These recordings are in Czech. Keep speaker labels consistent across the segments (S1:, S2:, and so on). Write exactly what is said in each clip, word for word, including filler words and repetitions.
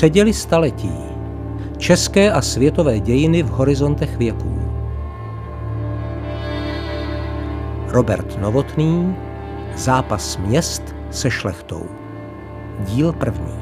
S1: Předěly staletí. České a světové dějiny v horizontech věků. Robert Novotný. Zápas měst se šlechtou. Díl první.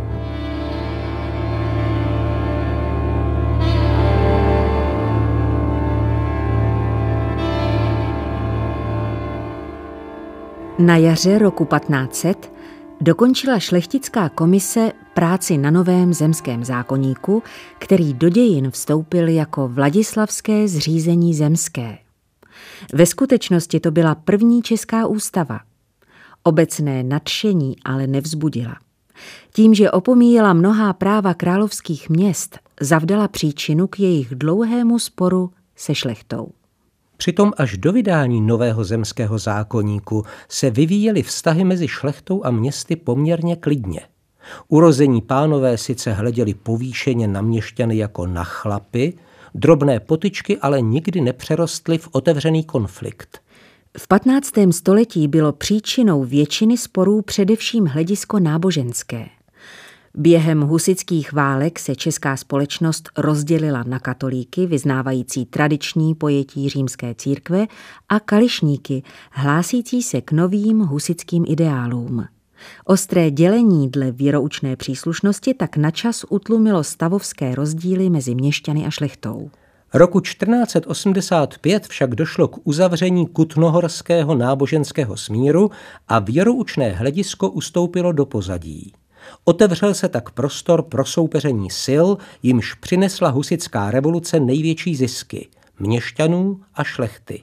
S2: Na jaře roku patnáct set dokončila šlechtická komise práci na novém zemském zákoníku, který do dějin vstoupil jako Vladislavské zřízení zemské. Ve skutečnosti to byla první česká ústava. Obecné nadšení ale nevzbudila. Tím, že opomíjela mnohá práva královských měst, zavdala příčinu k jejich dlouhému sporu se šlechtou.
S1: Přitom až do vydání nového zemského zákoníku se vyvíjely vztahy mezi šlechtou a městy poměrně klidně. Urození pánové sice hleděli povýšeně na měšťany jako na chlapy, drobné potyčky ale nikdy nepřerostly v otevřený konflikt.
S2: V patnáctém století bylo příčinou většiny sporů především hledisko náboženské. Během husitských válek se česká společnost rozdělila na katolíky, vyznávající tradiční pojetí římské církve, a kališníky, hlásící se k novým husitským ideálům. Ostré dělení dle věroučné příslušnosti tak načas utlumilo stavovské rozdíly mezi měšťany a šlechtou.
S1: Roku čtrnáct set osmdesát pět však došlo k uzavření kutnohorského náboženského smíru a věroučné hledisko ustoupilo do pozadí. Otevřel se tak prostor pro soupeření sil, jimž přinesla husitská revoluce největší zisky – měšťanů a šlechty.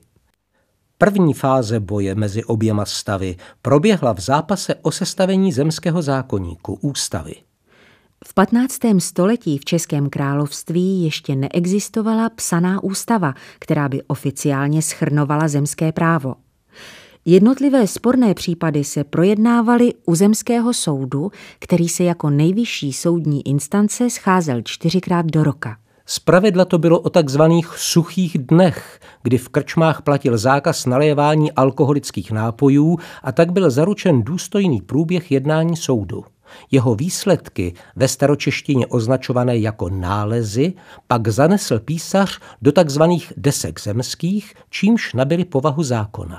S1: První fáze boje mezi oběma stavy proběhla v zápase o sestavení zemského zákoníku, ústavy.
S2: V patnáctém století v Českém království ještě neexistovala psaná ústava, která by oficiálně shrnovala zemské právo. Jednotlivé sporné případy se projednávaly u zemského soudu, který se jako nejvyšší soudní instance scházel čtyřikrát do roka.
S1: Zpravidla to bylo o takzvaných suchých dnech, kdy v krčmách platil zákaz nalévání alkoholických nápojů a tak byl zaručen důstojný průběh jednání soudu. Jeho výsledky, ve staročeštině označované jako nálezy, pak zanesl písař do takzvaných desek zemských, čímž nabyly povahu zákona.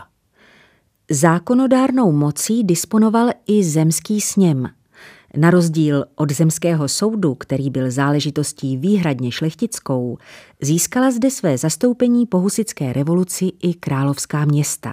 S2: Zákonodárnou mocí disponoval i zemský sněm. Na rozdíl od zemského soudu, který byl záležitostí výhradně šlechtickou, získala zde své zastoupení po husitské revoluci i královská města.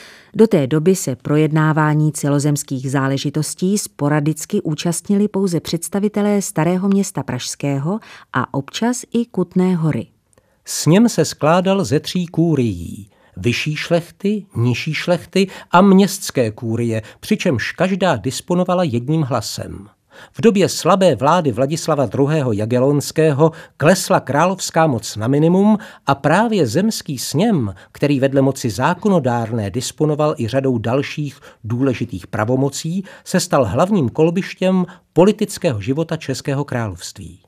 S2: Do té doby se projednávání celozemských záležitostí sporadicky účastnili pouze představitelé Starého Města pražského a občas i Kutné Hory.
S1: Sněm se skládal ze tří kúrií. Vyšší šlechty, nižší šlechty a městské kúrie, přičemž každá disponovala jedním hlasem. V době slabé vlády Vladislava druhého. Jagellonského klesla královská moc na minimum a právě zemský sněm, který vedle moci zákonodárné disponoval i řadou dalších důležitých pravomocí, se stal hlavním kolbištěm politického života Českého království.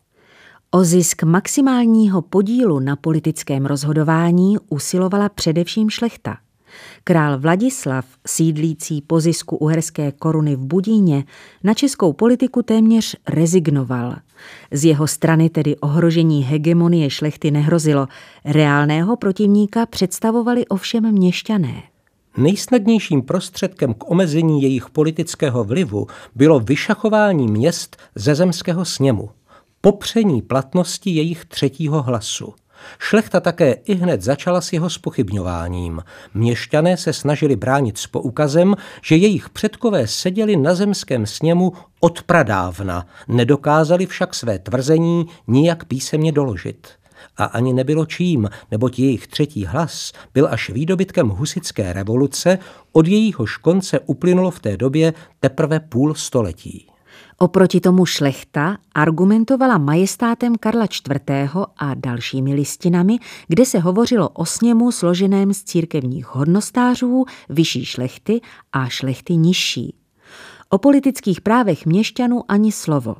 S2: O zisk maximálního podílu na politickém rozhodování usilovala především šlechta. Král Vladislav, sídlící po zisku uherské koruny v Budíně, na českou politiku téměř rezignoval. Z jeho strany tedy ohrožení hegemonie šlechty nehrozilo. Reálného protivníka představovali ovšem měšťané.
S1: Nejsnadnějším prostředkem k omezení jejich politického vlivu bylo vyšachování měst ze zemského sněmu, popření platnosti jejich třetího hlasu. Šlechta také ihned začala s jeho zpochybňováním. Měšťané se snažili bránit s poukazem, že jejich předkové seděli na zemském sněmu od pradávna, nedokázali však své tvrzení nijak písemně doložit. A ani nebylo čím, neboť jejich třetí hlas byl až výdobytkem husitské revoluce, od jejíhož konce uplynulo v té době teprve půl století.
S2: Oproti tomu šlechta argumentovala majestátem Karla čtvrtého. A dalšími listinami, kde se hovořilo o sněmu složeném z církevních hodnostářů, vyšší šlechty a šlechty nižší. O politických právech měšťanů ani slovo.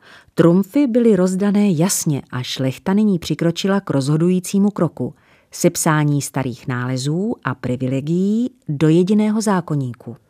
S2: Trumfy byly rozdané jasně a šlechta nyní přikročila k rozhodujícímu kroku – sepsání starých nálezů a privilegií do jediného zákoníku.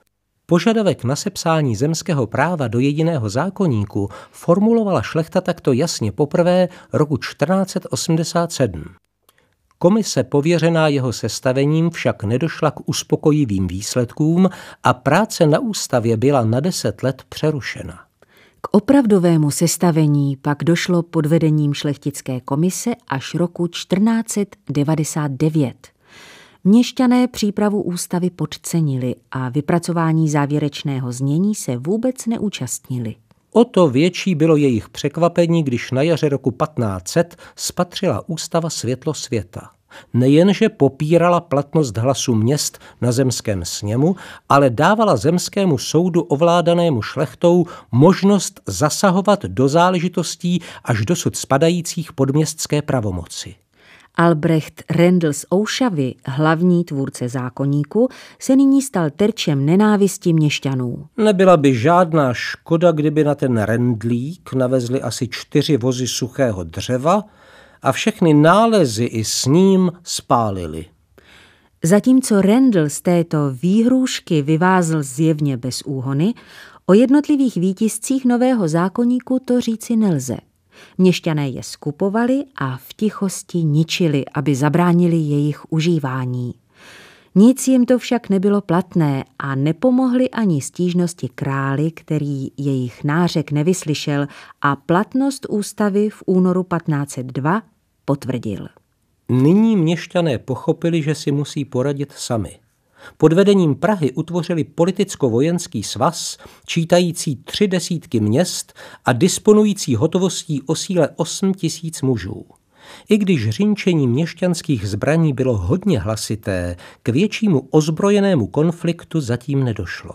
S1: Požadavek na sepsání zemského práva do jediného zákoníku formulovala šlechta takto jasně poprvé roku čtrnáct osmdesát sedm. Komise pověřená jeho sestavením však nedošla k uspokojivým výsledkům a práce na ústavě byla na deset let přerušena.
S2: K opravdovému sestavení pak došlo pod vedením šlechtické komise až roku čtrnáct devadesát devět. Měšťané přípravu ústavy podcenili a vypracování závěrečného znění se vůbec neúčastnili.
S1: O to větší bylo jejich překvapení, když na jaře roku patnáct set spatřila ústava světlo světa. Nejenže popírala platnost hlasu měst na zemském sněmu, ale dávala zemskému soudu ovládanému šlechtou možnost zasahovat do záležitostí až dosud spadajících pod městské pravomoci.
S2: Albrecht Rendl z Oušavy, hlavní tvůrce zákoníku, se nyní stal terčem nenávisti měšťanů.
S1: Nebyla by žádná škoda, kdyby na ten rendlík navezli asi čtyři vozy suchého dřeva a všechny nálezy i s ním spálili.
S2: Zatímco Rendl z této výhrůžky vyvázl zjevně bez úhony, o jednotlivých výtiscích nového zákoníku to říci nelze. Měšťané je skupovali a v tichosti ničili, aby zabránili jejich užívání. Nic jim to však nebylo platné a nepomohly ani stížnosti králi, který jejich nářek nevyslyšel a platnost ústavy v únoru patnáct set dva potvrdil.
S1: Nyní měšťané pochopili, že si musí poradit sami. Pod vedením Prahy utvořili politicko-vojenský svaz, čítající tři desítky měst a disponující hotovostí o síle osm tisíc mužů. I když řinčení měšťanských zbraní bylo hodně hlasité, k většímu ozbrojenému konfliktu zatím nedošlo.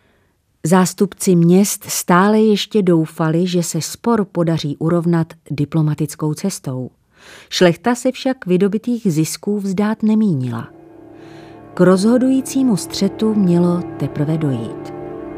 S2: Zástupci měst stále ještě doufali, že se spor podaří urovnat diplomatickou cestou. Šlechta se však vydobitých zisků vzdát nemínila. K rozhodujícímu střetu mělo teprve dojít.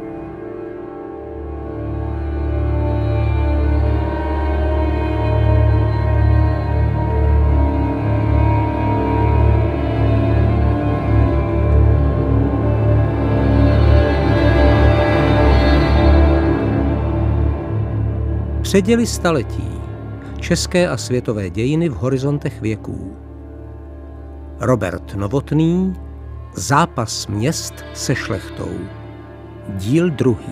S1: Předěly staletí. České a světové dějiny v horizontech věků. Robert Novotný. Zápas měst se šlechtou. Díl druhý.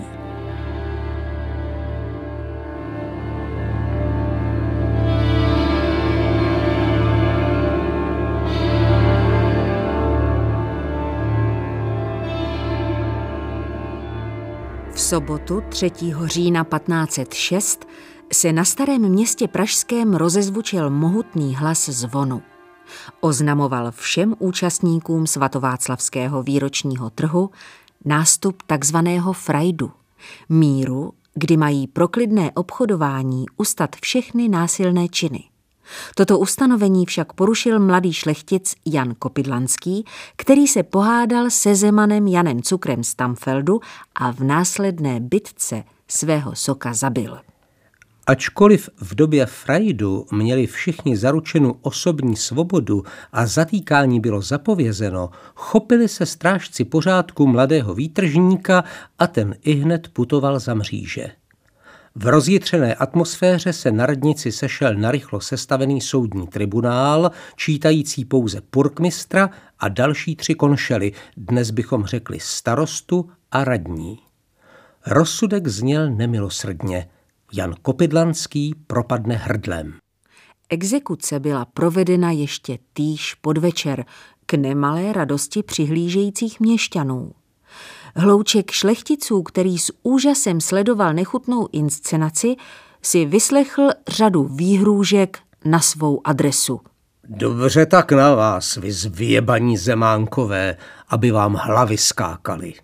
S2: V sobotu třetího října patnáct set šest se na Starém Městě pražském rozezvučil mohutný hlas zvonu. Oznamoval všem účastníkům svatováclavského výročního trhu nástup takzvaného frajdu, míru, kdy mají pro klidné obchodování ustat všechny násilné činy. Toto ustanovení však porušil mladý šlechtic Jan Kopidlanský, který se pohádal se zemanem Janem Cukrem z Tamfeldu a v následné bitce svého soka zabil.
S1: Ačkoliv v době frajdu měli všichni zaručenou osobní svobodu a zatýkání bylo zapovězeno, chopili se strážci pořádku mladého výtržníka a ten ihned putoval za mříže. V rozjitřené atmosféře se na radnici sešel narychlo sestavený soudní tribunál, čítající pouze purkmistra a další tři konšely, dnes bychom řekli starostu a radní. Rozsudek zněl nemilosrdně. Jan Kopidlanský propadne hrdlem.
S2: Exekuce byla provedena ještě týž podvečer k nemalé radosti přihlížejících měšťanů. Hlouček šlechticů, který s úžasem sledoval nechutnou inscenaci, si vyslechl řadu výhrůžek na svou adresu.
S1: Dobře tak na vás, vy zvěbaní zemánkové, aby vám hlavy skákaly.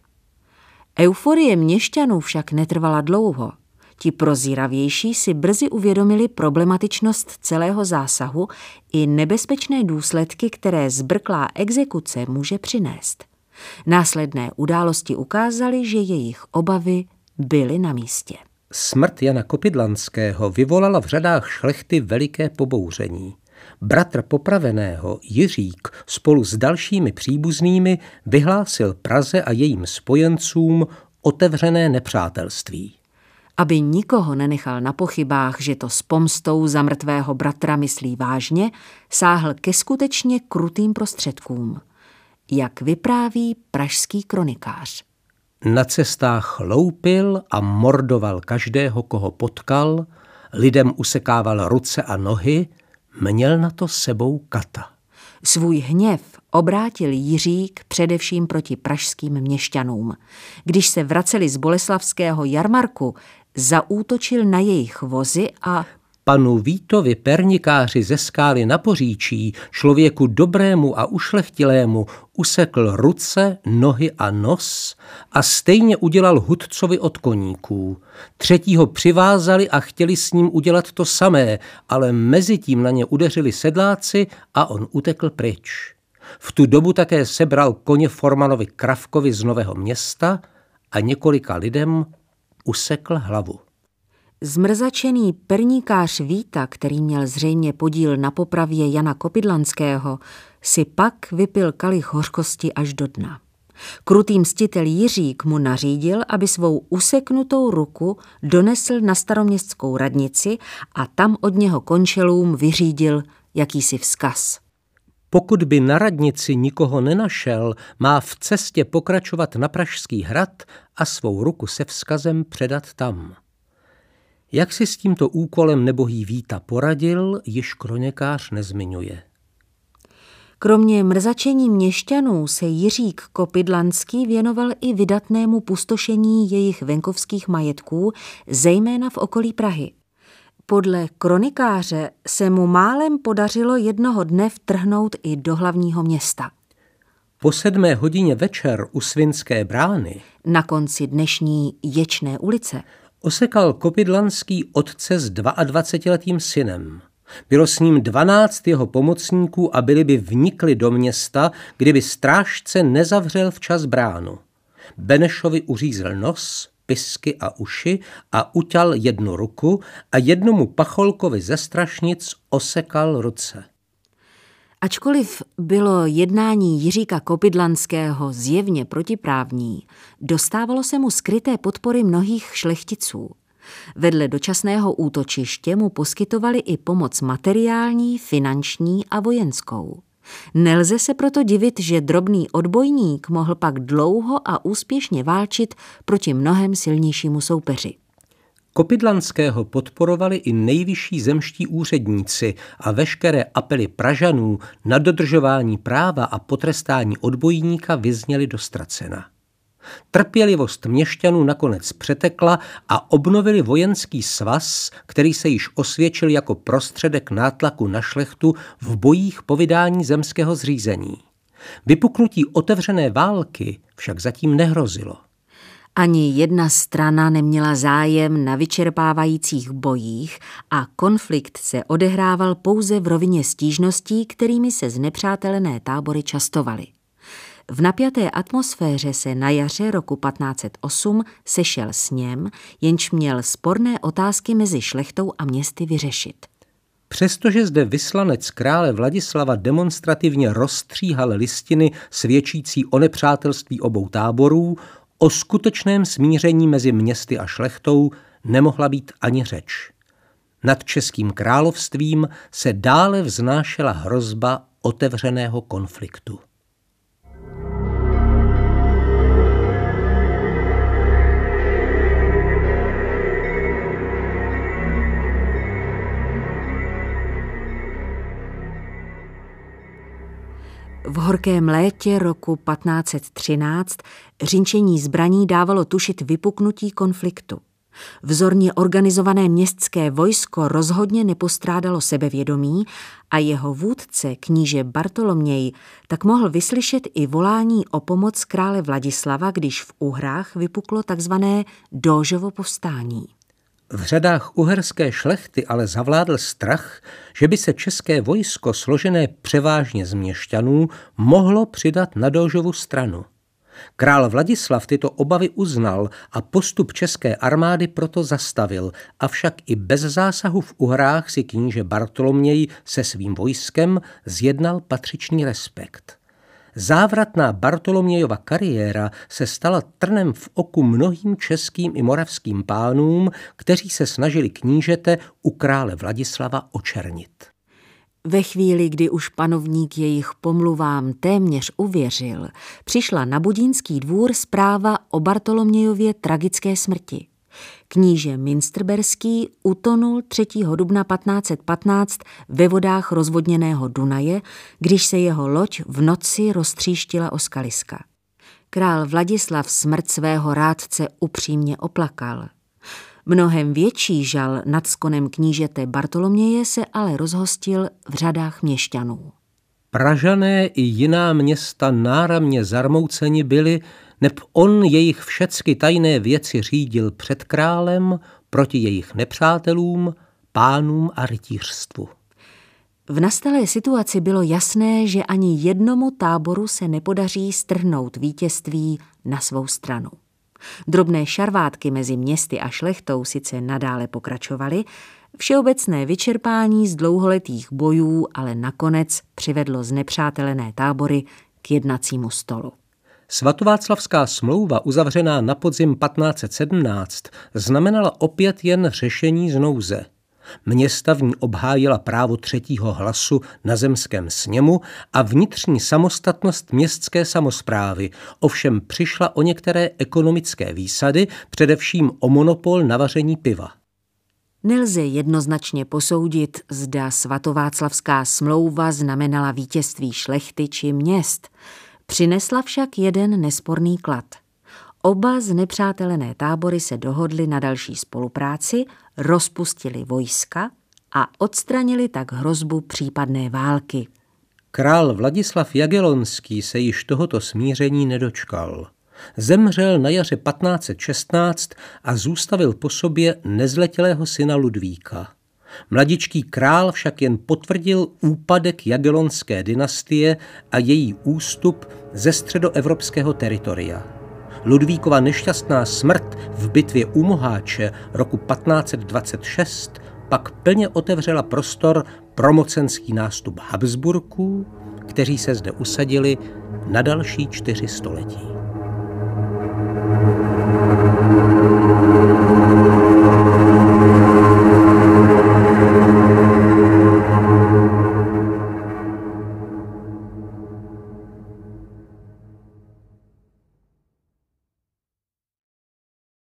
S2: Euforie měšťanů však netrvala dlouho. Ti prozíravější si brzy uvědomili problematičnost celého zásahu i nebezpečné důsledky, které zbrklá exekuce může přinést. Následné události ukázaly, že jejich obavy byly na místě.
S1: Smrt Jana Kopidlanského vyvolala v řadách šlechty veliké pobouření. Bratr popraveného Jiřík spolu s dalšími příbuznými vyhlásil Praze a jejím spojencům otevřené nepřátelství.
S2: Aby nikoho nenechal na pochybách, že to s pomstou za mrtvého bratra myslí vážně, sáhl ke skutečně krutým prostředkům, jak vypráví pražský kronikář.
S1: Na cestách loupil a mordoval každého, koho potkal, lidem usekával ruce a nohy, měl na to sebou kata.
S2: Svůj hněv obrátil Jiřík především proti pražským měšťanům. Když se vraceli z boleslavského jarmarku, zaútočil na jejich vozy a
S1: panu Vítovi pernikáři ze Skály na Poříčí, člověku dobrému a ušlechtilému, usekl ruce, nohy a nos a stejně udělal Hudcovi od koníků. Třetího přivázali a chtěli s ním udělat to samé, ale mezitím na ně udeřili sedláci a on utekl pryč. V tu dobu také sebral koně Formanovi Kravkovi z Nového Města a několika lidem usekl hlavu.
S2: Zmrzačený perníkář Víta, který měl zřejmě podíl na popravě Jana Kopidlanského, si pak vypil kalich hořkosti až do dna. Krutý mstitel Jiřík mu nařídil, aby svou useknutou ruku donesl na staroměstskou radnici a tam od něho končelům vyřídil jakýsi vzkaz.
S1: Pokud by na radnici nikoho nenašel, má v cestě pokračovat na Pražský hrad a svou ruku se vzkazem předat tam. Jak si s tímto úkolem nebohý Víta poradil, již kronikář nezmiňuje.
S2: Kromě mrzačení měšťanů se Jiřík Kopidlanský věnoval i vydatnému pustošení jejich venkovských majetků, zejména v okolí Prahy. Podle kronikáře se mu málem podařilo jednoho dne vtrhnout i do hlavního města.
S1: Po sedmé hodině večer u Svinské brány,
S2: na konci dnešní Ječné ulice,
S1: osekal Kopidlanský otce s dvaadvacetiletým synem. Bylo s ním dvanáct jeho pomocníků a byli by vnikli do města, kdyby strážce nezavřel včas bránu. Benešovi uřízl nos, pisky a uši a uťal jednu ruku a jednomu pacholkovi ze Strašnic osekal ruce.
S2: Ačkoliv bylo jednání Jiříka Kopidlanského zjevně protiprávní, dostávalo se mu skryté podpory mnohých šlechticů. Vedle dočasného útočiště mu poskytovali i pomoc materiální, finanční a vojenskou. Nelze se proto divit, že drobný odbojník mohl pak dlouho a úspěšně válčit proti mnohem silnějšímu soupeři.
S1: Kopidlanského podporovali i nejvyšší zemští úředníci a veškeré apely Pražanů na dodržování práva a potrestání odbojníka vyzněly do ztracena. Trpělivost měšťanů nakonec přetekla a obnovili vojenský svaz, který se již osvědčil jako prostředek nátlaku na šlechtu v bojích po vydání zemského zřízení. Vypuknutí otevřené války však zatím nehrozilo.
S2: Ani jedna strana neměla zájem na vyčerpávajících bojích a konflikt se odehrával pouze v rovině stížností, kterými se znepřátelené tábory častovaly. V napjaté atmosféře se na jaře roku patnáct set osm sešel sněm, jenž měl sporné otázky mezi šlechtou a městy vyřešit.
S1: Přestože zde vyslanec krále Vladislava demonstrativně rozstříhal listiny svědčící o nepřátelství obou táborů, o skutečném smíření mezi městy a šlechtou nemohla být ani řeč. Nad Českým královstvím se dále vznášela hrozba otevřeného konfliktu.
S2: V horkém létě roku patnáct set třináct řinčení zbraní dávalo tušit vypuknutí konfliktu. Vzorně organizované městské vojsko rozhodně nepostrádalo sebevědomí a jeho vůdce, kníže Bartoloměj, tak mohl vyslyšet i volání o pomoc krále Vladislava, když v Uhrách vypuklo takzvané Dóžovo povstání.
S1: V řadách uherské šlechty ale zavládl strach, že by se české vojsko, složené převážně z měšťanů, mohlo přidat na Dóžovu stranu. Král Vladislav tyto obavy uznal a postup české armády proto zastavil, avšak i bez zásahu v Uhrách si kníže Bartoloměj se svým vojskem zjednal patřičný respekt. Závratná Bartolomějova kariéra se stala trnem v oku mnohým českým i moravským pánům, kteří se snažili knížete u krále Vladislava očernit.
S2: Ve chvíli, kdy už panovník jejich pomluvám téměř uvěřil, přišla na Budínský dvůr zpráva o Bartolomějově tragické smrti. Kníže Münsterberský utonul třetího dubna patnáct set patnáct ve vodách rozvodněného Dunaje, když se jeho loď v noci roztříštila o skaliska. Král Vladislav smrt svého rádce upřímně oplakal. Mnohem větší žal nad skonem knížete Bartoloměje se ale rozhostil v řadách měšťanů.
S1: Pražané i jiná města náramně zarmouceni byli, neb on jejich všecky tajné věci řídil před králem proti jejich nepřátelům, pánům a rytířstvu.
S2: V nastalé situaci bylo jasné, že ani jednomu táboru se nepodaří strhnout vítězství na svou stranu. Drobné šarvátky mezi městy a šlechtou sice nadále pokračovaly, všeobecné vyčerpání z dlouholetých bojů ale nakonec přivedlo znepřátelené tábory k jednacímu stolu.
S1: Svatováclavská smlouva uzavřená na podzim patnáct set sedmnáct znamenala opět jen řešení z nouze. Města v ní obhájila právo třetího hlasu na zemském sněmu a vnitřní samostatnost městské samosprávy, ovšem přišla o některé ekonomické výsady, především o monopol na vaření piva.
S2: Nelze jednoznačně posoudit, zda svatováclavská smlouva znamenala vítězství šlechty či měst. Přinesla však jeden nesporný klad. Oba znepřátelené tábory se dohodly na další spolupráci, rozpustili vojska a odstranili tak hrozbu případné války.
S1: Král Vladislav Jagellonský se již tohoto smíření nedočkal. Zemřel na jaře patnáct set šestnáct a zůstavil po sobě nezletilého syna Ludvíka. Mladičký král však jen potvrdil úpadek Jagellonské dynastie a její ústup ze středoevropského teritoria. Ludvíkova nešťastná smrt v bitvě u Moháče roku patnáct set dvacet šest pak plně otevřela prostor pro mocenský nástup Habsburků, kteří se zde usadili na další čtyři století.